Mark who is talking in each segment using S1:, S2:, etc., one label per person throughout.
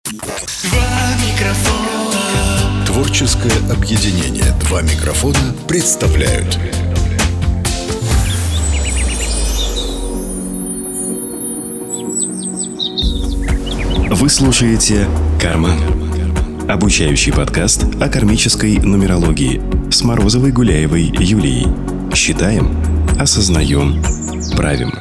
S1: Два микрофона.
S2: Творческое объединение «Два микрофона» представляют.
S3: Вы слушаете «Карман». Обучающий подкаст о кармической нумерологии с Морозовой, Гуляевой, Юлией. Считаем, осознаем, правим.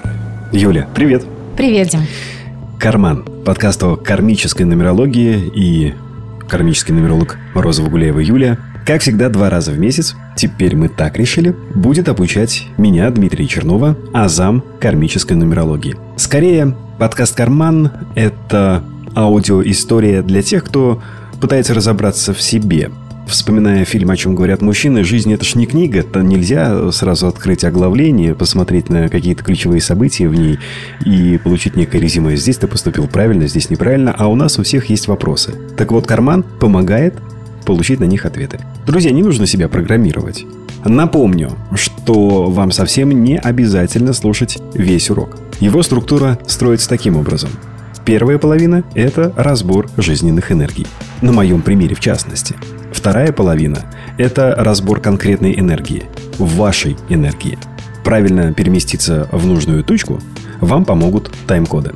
S3: Юля, привет.
S4: Привет, Дим.
S3: «Карман» – подкаст о кармической нумерологии и кармический нумеролог Морозова, Гуляева, Юлия. Как всегда, 2 раза в месяц, теперь мы так решили, будет обучать меня, Дмитрия Чернова, азам кармической нумерологии. Скорее, подкаст «Карман» – это аудиоистория для тех, кто пытается разобраться в себе. Вспоминая фильм «О чем говорят мужчины», жизнь – это ж не книга, это нельзя сразу открыть оглавление, посмотреть на какие-то ключевые события в ней и получить некое резюме. Здесь ты поступил правильно, здесь неправильно, а у нас у всех есть вопросы. Так вот, «Карман» помогает получить на них ответы. Друзья, не нужно себя программировать. Напомню, что вам совсем не обязательно слушать весь урок. Его структура строится таким образом. Первая половина – это разбор жизненных энергий. На моем примере в частности. Вторая половина – это разбор конкретной энергии. Вашей энергии. Правильно переместиться в нужную точку вам помогут тайм-коды.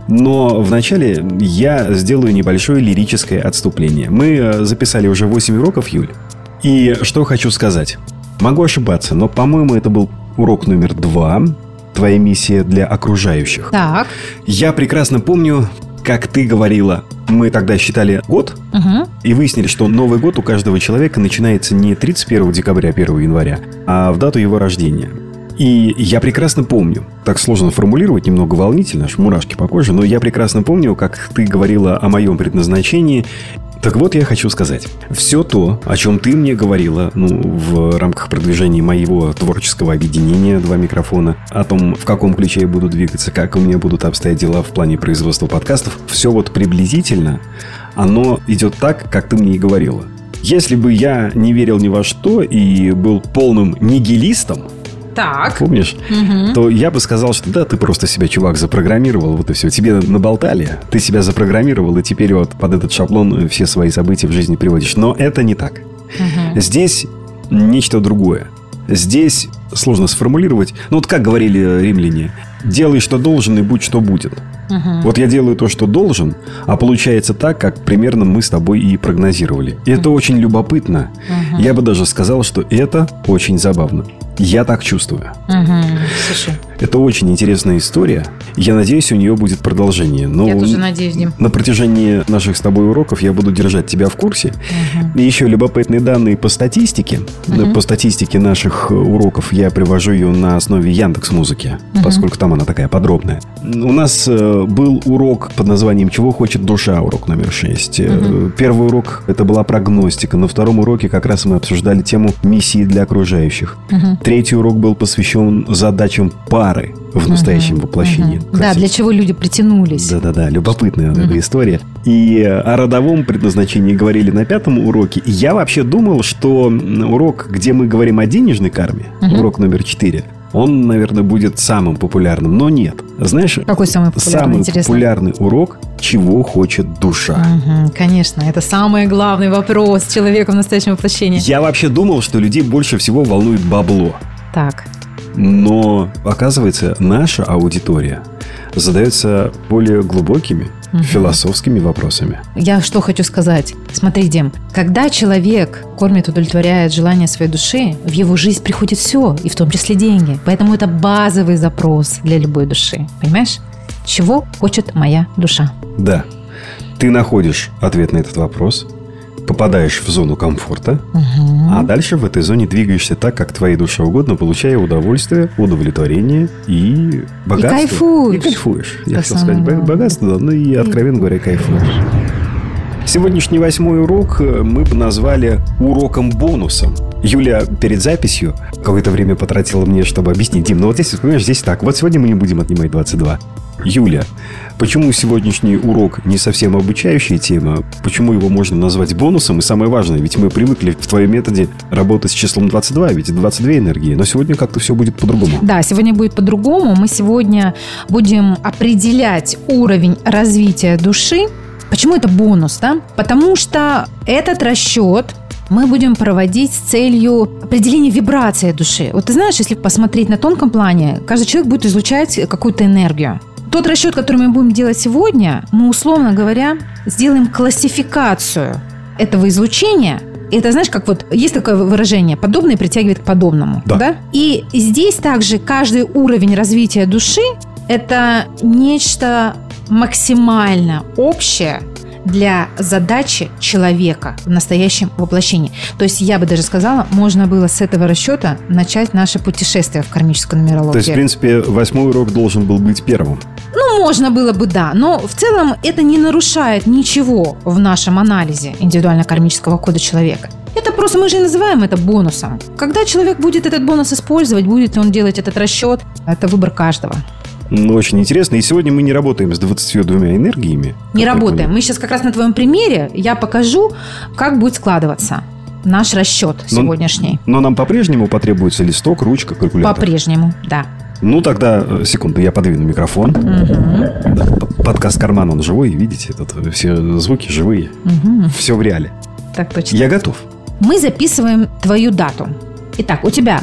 S3: Но вначале я сделаю небольшое лирическое отступление. Мы записали уже 8 уроков, Юль. И что хочу сказать. Могу ошибаться, но, по-моему, это был урок номер 2. Твоя миссия для окружающих.
S4: Так.
S3: Я прекрасно помню, как ты говорила, мы тогда считали год, и выяснили, что Новый год у каждого человека начинается не 31 декабря, 1 января, а в дату его рождения. И я прекрасно помню, так сложно формулировать, немного волнительно, аж мурашки по коже, но я прекрасно помню, как ты говорила о моем предназначении. Так вот, я хочу сказать, все то, о чем ты мне говорила, в рамках продвижения моего творческого объединения «Два микрофона», о том, в каком ключе я буду двигаться, как у меня будут обстоять дела в плане производства подкастов, все вот приблизительно, оно идет так, как ты мне и говорила. Если бы я не верил ни во что и был полным нигилистом,
S4: так.
S3: Помнишь? То я бы сказал, что да, ты просто себя, чувак, запрограммировал, вот и все. Тебе наболтали, ты себя запрограммировал, и теперь вот под этот шаблон все свои события в жизни приводишь. Но это не так. Здесь нечто другое. Здесь сложно сформулировать. Вот как говорили римляне: делай, что должен, и будь, что будет. Вот я делаю то, что должен, а получается так, как примерно мы с тобой и прогнозировали. И это очень любопытно. Я бы даже сказал, что это очень забавно. Я так чувствую.
S4: Слушай.
S3: Это очень интересная история. Я надеюсь, у нее будет продолжение. Но
S4: я тоже надеюсь, Дим.
S3: На протяжении наших с тобой уроков я буду держать тебя в курсе. И еще любопытные данные по статистике. По статистике наших уроков я привожу ее на основе Яндекс.Музыки, поскольку там она такая подробная. У нас был урок под названием «Чего хочет душа», урок номер 6. Первый урок – это была прогностика. На втором уроке как раз мы обсуждали тему миссии для окружающих. Третий урок был посвящен задачам пары в настоящем воплощении.
S4: Да, для чего люди притянулись.
S3: Да, любопытная эта история. И о родовом предназначении говорили на 5-м уроке. И я вообще думал, что урок, где мы говорим о денежной карме, урок номер 4, он, наверное, будет самым популярным. Но нет. Знаешь,
S4: какой самый популярный,
S3: популярный урок «Чего хочет душа».
S4: Конечно, это самый главный вопрос человека в настоящем воплощении.
S3: Я вообще думал, что людей больше всего волнует бабло.
S4: Так.
S3: Но, оказывается, наша аудитория задается более глубокими философскими вопросами.
S4: Я что хочу сказать. Смотри, Дим, когда человек кормит, удовлетворяет желания своей души, в его жизнь приходит все, и в том числе деньги. Поэтому это базовый запрос для любой души. Понимаешь? Чего хочет моя душа?
S3: Да. Ты находишь ответ на этот вопрос, попадаешь в зону комфорта, а дальше в этой зоне двигаешься так, как твоей душе угодно, получая удовольствие, удовлетворение и богатство.
S4: И кайфуешь.
S3: И кайфуешь. Я хотел сказать богатство, да, и, откровенно говоря, кайфуешь. Сегодняшний 8-й урок мы бы назвали уроком-бонусом. Юля перед записью какое-то время потратила мне, чтобы объяснить. Дим, вот здесь, понимаешь, здесь так. Вот сегодня мы не будем отнимать 22. Юля, почему сегодняшний урок не совсем обучающая тема? Почему его можно назвать бонусом? И самое важное, ведь мы привыкли в твоем методе работать с числом 22, ведь 22 энергии. Но сегодня как-то все будет по-другому.
S4: Да, сегодня будет по-другому. Мы сегодня будем определять уровень развития души Почему это бонус, да? Потому что этот расчет мы будем проводить с целью определения вибрации души. Вот ты знаешь, если посмотреть на тонком плане, каждый человек будет излучать какую-то энергию. Тот расчет, который мы будем делать сегодня, мы, условно говоря, сделаем классификацию этого излучения. И это, знаешь, как вот есть такое выражение: подобное притягивает к подобному. Да. И здесь также каждый уровень развития души – это нечто максимально общее для задачи человека в настоящем воплощении. То есть я бы даже сказала, можно было с этого расчета начать наше путешествие в кармическую нумерологию.
S3: То есть, в принципе, 8-й урок должен был быть первым.
S4: Ну, можно было бы, да. Но в целом это не нарушает ничего в нашем анализе индивидуально-кармического кода человека. Это просто, мы же и называем это бонусом. Когда человек будет этот бонус использовать, будет ли он делать этот расчет, это выбор каждого.
S3: Ну, очень интересно. И сегодня мы не работаем с 22 энергиями.
S4: Не работаем. Мы сейчас как раз на твоем примере я покажу, как будет складываться наш расчет сегодняшний.
S3: Но нам по-прежнему потребуется листок, ручка, калькулятор.
S4: По-прежнему, да.
S3: Ну, тогда, секунду, я подвину микрофон. Подкаст «Карман», он живой, видите? Тут все звуки живые. Все в реале.
S4: Так точно.
S3: Я готов.
S4: Мы записываем твою дату. Итак, у тебя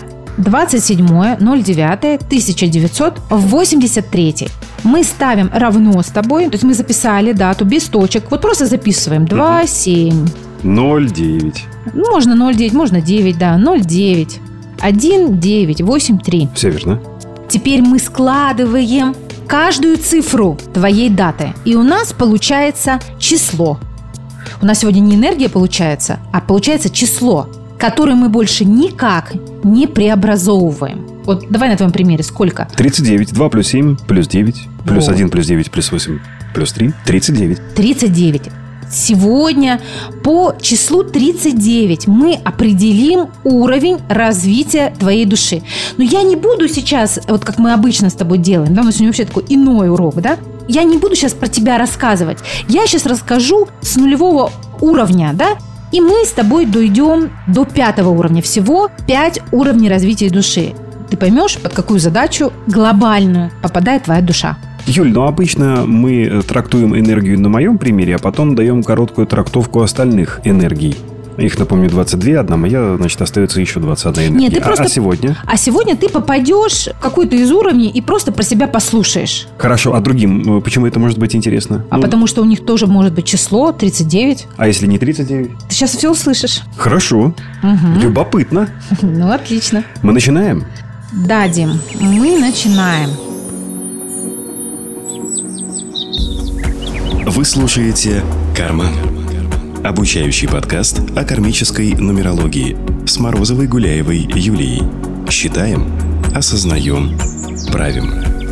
S4: 27.09.1983. Мы ставим равно с тобой. То есть мы записали дату без точек. Вот просто записываем 2,7.
S3: 0,9.
S4: Ну, можно 0,9, можно 9, да. 0,9. 1, 9, 8, 3.
S3: Все верно.
S4: Теперь мы складываем каждую цифру твоей даты. И у нас получается число. У нас сегодня не энергия получается, а получается число, которое мы больше никак не преобразовываем. Вот давай на твоем примере. Сколько?
S3: 39. 2 плюс 7 плюс 9 плюс 1 плюс 9 плюс 8 плюс 3. 39. 39.
S4: Сегодня по числу 39 мы определим уровень развития твоей души. Но я не буду сейчас, вот как мы обычно с тобой делаем, да, у нас сегодня вообще такой иной урок, да? Я не буду сейчас про тебя рассказывать. Я сейчас расскажу с нулевого уровня, да? И мы с тобой дойдем до 5-го уровня. Всего 5 уровней развития души. Ты поймешь, под какую задачу глобальную попадает твоя душа.
S3: Юль, ну обычно мы трактуем энергию на моем примере, а потом даем короткую трактовку остальных энергий. Их, напомню, 22, одна моя, значит, остается еще 21 энергия.
S4: Нет, ты просто...
S3: А сегодня?
S4: А сегодня ты попадешь в какой-то из уровней и просто про себя послушаешь.
S3: Хорошо, а другим почему это может быть интересно?
S4: Потому что у них тоже может быть число 39.
S3: А если не 39?
S4: Ты сейчас все услышишь.
S3: Хорошо. Любопытно.
S4: Ну, отлично.
S3: Мы начинаем?
S4: Да, Дим, мы начинаем.
S2: Вы слушаете «Карман». Обучающий подкаст о кармической нумерологии с Морозовой, Гуляевой, Юлией. Считаем, осознаем, правим.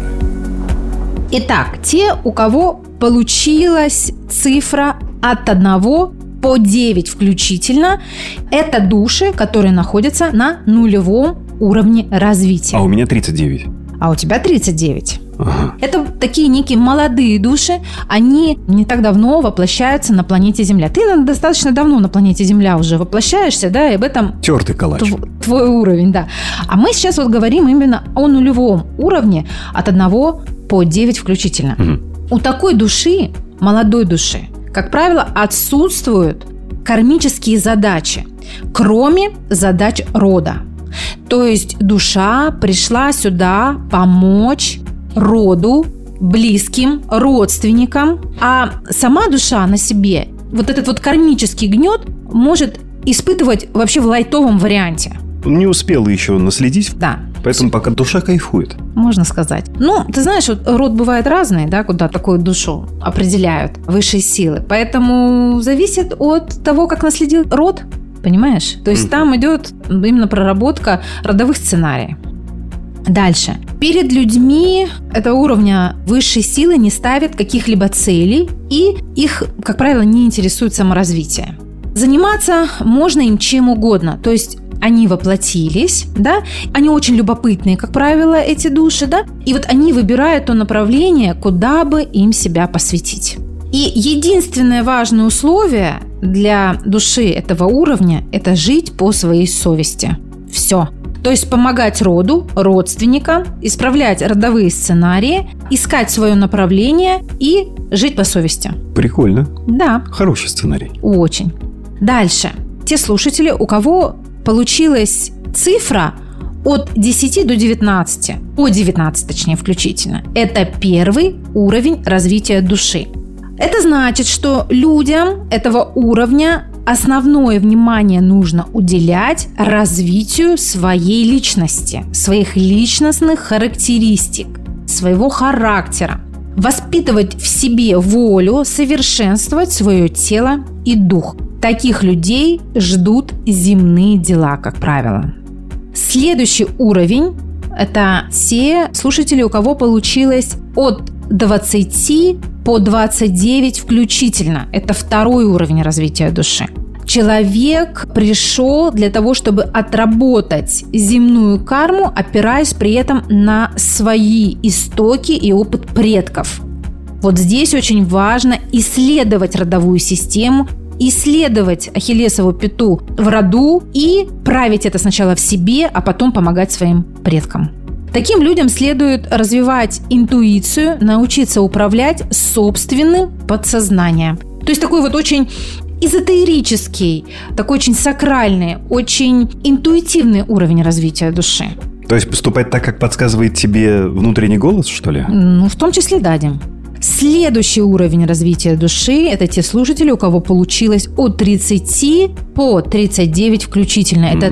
S4: Итак, те, у кого получилась цифра от 1 по 9 включительно, это души, которые находятся на нулевом уровне развития.
S3: А у меня 39.
S4: А у тебя 39.
S3: Ага.
S4: Это такие некие молодые души, они не так давно воплощаются на планете Земля. Ты достаточно давно на планете Земля уже воплощаешься, да, и об этом...
S3: Тертый калач.
S4: Твой уровень, да. А мы сейчас вот говорим именно о нулевом уровне от 1 по 9 включительно. У такой души, молодой души, как правило, отсутствуют кармические задачи, кроме задач рода. То есть душа пришла сюда помочь роду, близким, родственникам, а сама душа на себе вот этот вот кармический гнет может испытывать вообще в лайтовом варианте.
S3: Не успела еще наследить.
S4: Да.
S3: Поэтому пока душа кайфует.
S4: Можно сказать. Ну, ты знаешь, вот род бывает разный, да, куда такую душу определяют высшие силы. Поэтому зависит от того, как наследил род, понимаешь? То есть там идет именно проработка родовых сценариев. Дальше. Перед людьми этого уровня высшей силы не ставят каких-либо целей, и их, как правило, не интересует саморазвитие. Заниматься можно им чем угодно. То есть они воплотились, да, они очень любопытные, как правило, эти души, да, и вот они выбирают то направление, куда бы им себя посвятить. И единственное важное условие для души этого уровня – это жить по своей совести. Все. То есть помогать роду, родственникам, исправлять родовые сценарии, искать свое направление и жить по совести.
S3: Прикольно.
S4: Да.
S3: Хороший сценарий.
S4: Очень. Дальше. Те слушатели, у кого получилась цифра от 10 до 19, о 19 точнее включительно, это первый уровень развития души. Это значит, что людям этого уровня основное внимание нужно уделять развитию своей личности, своих личностных характеристик, своего характера, воспитывать в себе волю, совершенствовать свое тело и дух. Таких людей ждут земные дела, как правило. Следующий уровень – это те слушатели, у кого получилось от 20 по 29 включительно. Это второй уровень развития души. Человек пришел для того, чтобы отработать земную карму, опираясь при этом на свои истоки и опыт предков. Вот здесь очень важно исследовать родовую систему, исследовать ахиллесову пяту в роду и править это сначала в себе, а потом помогать своим предкам. Таким людям следует развивать интуицию, научиться управлять собственным подсознанием. То есть такой вот очень эзотерический, такой очень сакральный, очень интуитивный уровень развития души.
S3: То есть поступать так, как подсказывает тебе внутренний голос, что ли?
S4: Ну, в том числе, да, Дим. Следующий уровень развития души – это те слушатели, у кого получилось от 30 по 39 включительно. Это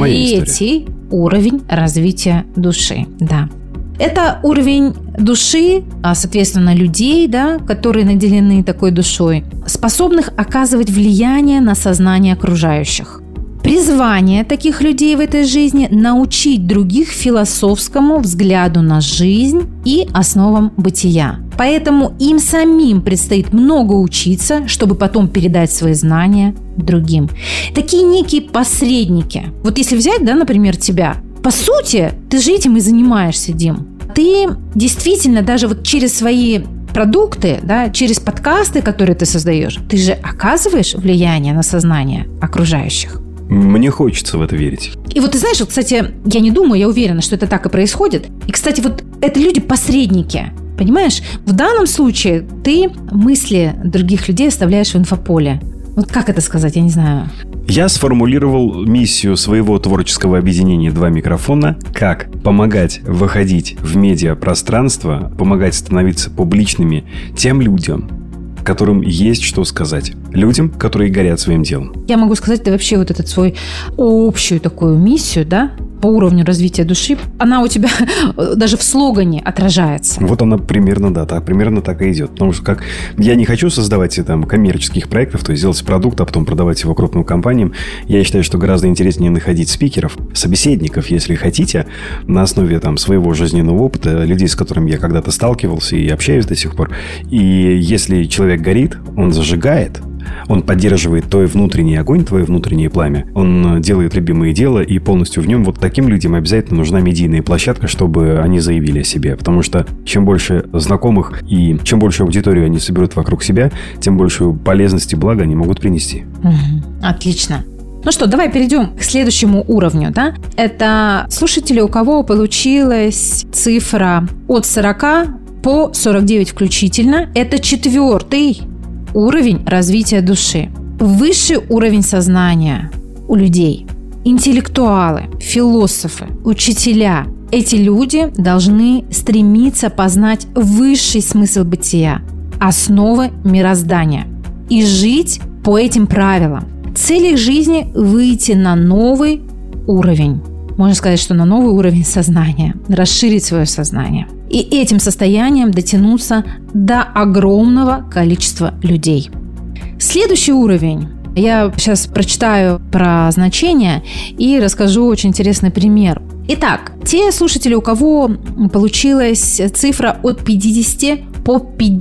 S4: третий уровень развития души. Да. Это уровень души, соответственно, людей, да, которые наделены такой душой, способных оказывать влияние на сознание окружающих. Призвание таких людей в этой жизни – научить других философскому взгляду на жизнь и основам бытия. Поэтому им самим предстоит много учиться, чтобы потом передать свои знания другим. Такие некие посредники. Вот если взять, да, например, тебя, по сути, ты же этим и занимаешься, Дим. Ты действительно даже вот через свои продукты, да, через подкасты, которые ты создаешь, ты же оказываешь влияние на сознание окружающих.
S3: Мне хочется в это верить.
S4: И вот ты знаешь, вот, кстати, я не думаю, я уверена, что это так и происходит. И, кстати, вот это люди-посредники. Понимаешь, в данном случае ты мысли других людей оставляешь в инфополе. Вот как это сказать, я не знаю.
S3: Я сформулировал миссию своего творческого объединения «Два микрофона» как помогать выходить в медиапространство, помогать становиться публичными тем людям, которым есть что сказать. Людям, которые горят своим делом.
S4: Я могу сказать, ты вообще вот этот свой общую такую миссию, да, по уровню развития души, она у тебя даже в слогане отражается.
S3: Вот она примерно, да, примерно так и идет. Потому что я не хочу создавать там коммерческих проектов, то есть сделать продукт, а потом продавать его крупным компаниям. Я считаю, что гораздо интереснее находить спикеров, собеседников, если хотите, на основе там своего жизненного опыта, людей, с которыми я когда-то сталкивался и общаюсь до сих пор. И если человек горит, он зажигает, он поддерживает твой внутренний огонь, твое внутреннее пламя. Он делает любимое дело, и полностью в нем вот таким людям обязательно нужна медийная площадка, чтобы они заявили о себе. Потому что чем больше знакомых и чем больше аудиторию они соберут вокруг себя, тем большую полезность и благо они могут принести.
S4: Отлично. Ну что, давай перейдем к следующему уровню, да? Это слушатели, у кого получилась цифра от 40 по 49 включительно. Это четвертый уровень развития души. Высший уровень сознания у людей. Интеллектуалы, философы, учителя. Эти люди должны стремиться познать высший смысл бытия, основы мироздания и жить по этим правилам. Цель их жизни – выйти на новый уровень. Можно сказать, что на новый уровень сознания, расширить свое сознание. И этим состоянием дотянуться до огромного количества людей. Следующий уровень. Я сейчас прочитаю про значения и расскажу очень интересный пример. Итак, те слушатели, у кого получилась цифра от 50 по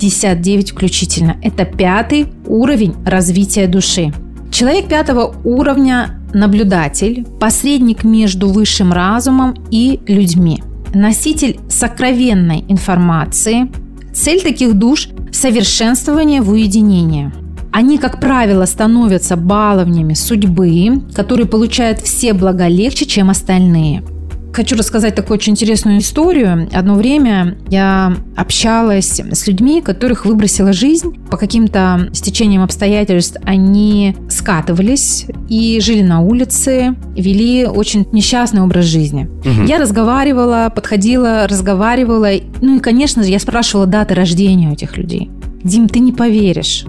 S4: 59 включительно, это пятый уровень развития души. Человек пятого уровня – наблюдатель, посредник между высшим разумом и людьми, носитель сокровенной информации. Цель таких душ – совершенствование в уединении. Они, как правило, становятся баловнями судьбы, которые получают все блага легче, чем остальные. хочу рассказать такую очень интересную историю. Одно время я общалась с людьми, которых выбросила жизнь. По каким-то стечениям обстоятельств они скатывались и жили на улице, вели очень несчастный образ жизни. Я разговаривала, подходила, разговаривала. Ну и, конечно же, я спрашивала даты рождения у этих людей. Дим, ты не поверишь,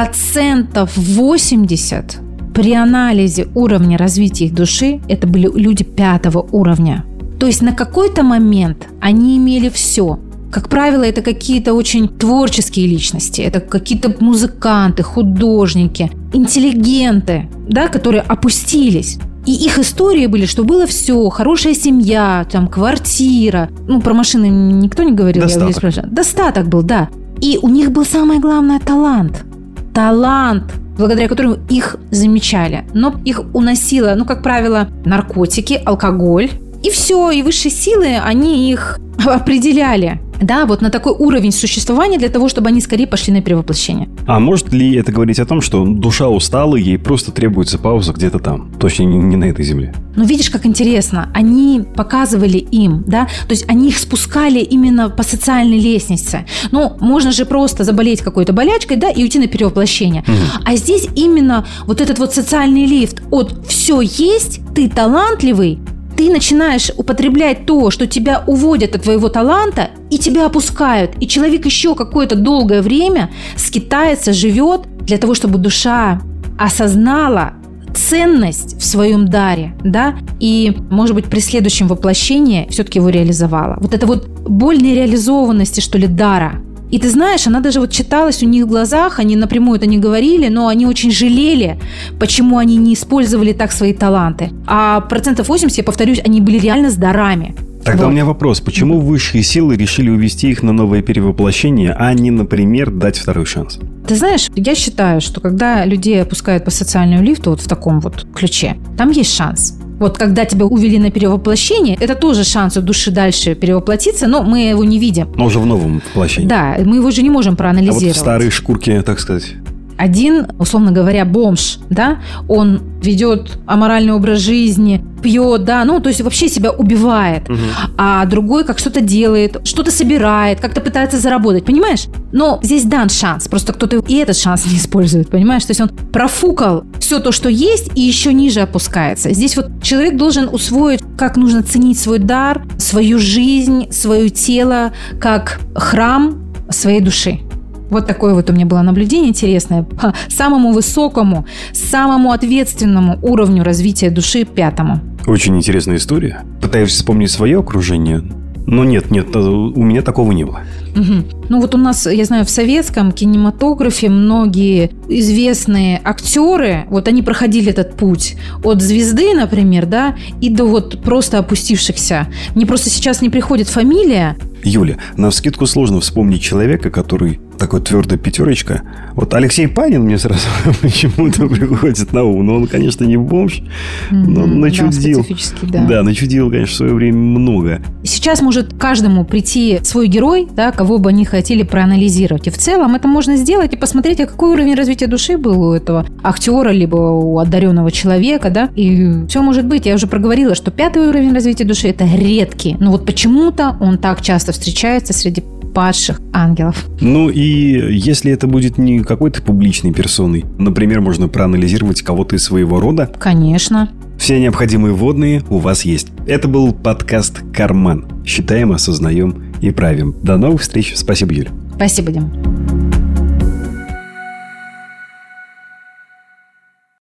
S4: 80% при анализе уровня развития их души это были люди 5-го уровня. То есть на какой-то момент они имели все. Как правило, это какие-то очень творческие личности, это какие-то музыканты, художники, интеллигенты, да, которые опустились. И их истории были, что было все, хорошая семья, там, квартира. Ну, про машины никто не говорил. Достаток был, да. И у них был самое главное талант. Талант, благодаря которому их замечали. Но их уносило, ну, как правило, наркотики, алкоголь. И все, и высшие силы, они их определяли. Да, вот на такой уровень существования для того, чтобы они скорее пошли на перевоплощение.
S3: А может ли это говорить о том, что душа устала, ей просто требуется пауза где-то там? Точно не на этой земле.
S4: Ну, видишь, как интересно. Они показывали им, да, то есть они их спускали именно по социальной лестнице. Ну, можно же просто заболеть какой-то болячкой, да, и уйти на перевоплощение. А здесь именно вот этот вот социальный лифт от «все есть, ты талантливый», ты начинаешь употреблять то, что тебя уводят от твоего таланта, и тебя опускают. И человек еще какое-то долгое время скитается, живет для того, чтобы душа осознала ценность в своем даре, да, и, может быть, при следующем воплощении все-таки его реализовала. Вот это вот боль нереализованности, что ли, дара. И ты знаешь, она даже вот читалась у них в глазах, они напрямую это не говорили, но они очень жалели, почему они не использовали так свои таланты. А 80%, я повторюсь, они были реально с дарами.
S3: Тогда у меня вопрос. Почему высшие силы решили увести их на новое перевоплощение, а не, например, дать второй шанс?
S4: Ты знаешь, я считаю, что когда людей опускают по социальному лифту вот в таком вот ключе, там есть шанс. Вот когда тебя увели на перевоплощение, это тоже шанс у души дальше перевоплотиться, но мы его не видим.
S3: Но уже в новом воплощении.
S4: Да, мы его же не можем проанализировать.
S3: А вот в старой шкурке, так сказать.
S4: Один, условно говоря, бомж, да, он ведет аморальный образ жизни, пьет, да, ну, то есть вообще себя убивает. А другой как что-то делает, что-то собирает, как-то пытается заработать, понимаешь? Но здесь дан шанс, просто кто-то и этот шанс не использует, понимаешь? То есть он профукал все то, что есть, и еще ниже опускается. Здесь вот человек должен усвоить, как нужно ценить свой дар, свою жизнь, свое тело, как храм своей души. Вот такое вот у меня было наблюдение интересное по самому высокому, самому ответственному уровню развития души 5-му.
S3: Очень интересная история. Пытаюсь вспомнить свое окружение, но нет, у меня такого не было.
S4: Ну вот у нас, я знаю, в советском кинематографе многие известные актеры, вот они проходили этот путь от звезды, например, да, и до вот просто опустившихся. Мне просто сейчас не приходит фамилия.
S3: Юля, навскидку сложно вспомнить человека, который такой твердая пятерочка. Вот Алексей Панин мне сразу почему-то приходит на ум. Но он, конечно, не бомж, но начудил. Да, начудил, конечно, в свое время много.
S4: Сейчас может каждому прийти свой герой, да, кого бы они хотели проанализировать. И в целом это можно сделать и посмотреть, а какой уровень развития души был у этого актера, либо у одаренного человека, да. И все может быть. Я уже проговорила, что 5-й уровень развития души – это редкий. Но вот почему-то он так часто встречается среди падших ангелов.
S3: Ну и если это будет не какой-то публичной персоной, например, можно проанализировать кого-то из своего рода.
S4: Конечно.
S3: Все необходимые вводные у вас есть. Это был подкаст «Карман». Считаем, осознаем и правим. До новых встреч. Спасибо, Юля.
S4: Спасибо, Дим.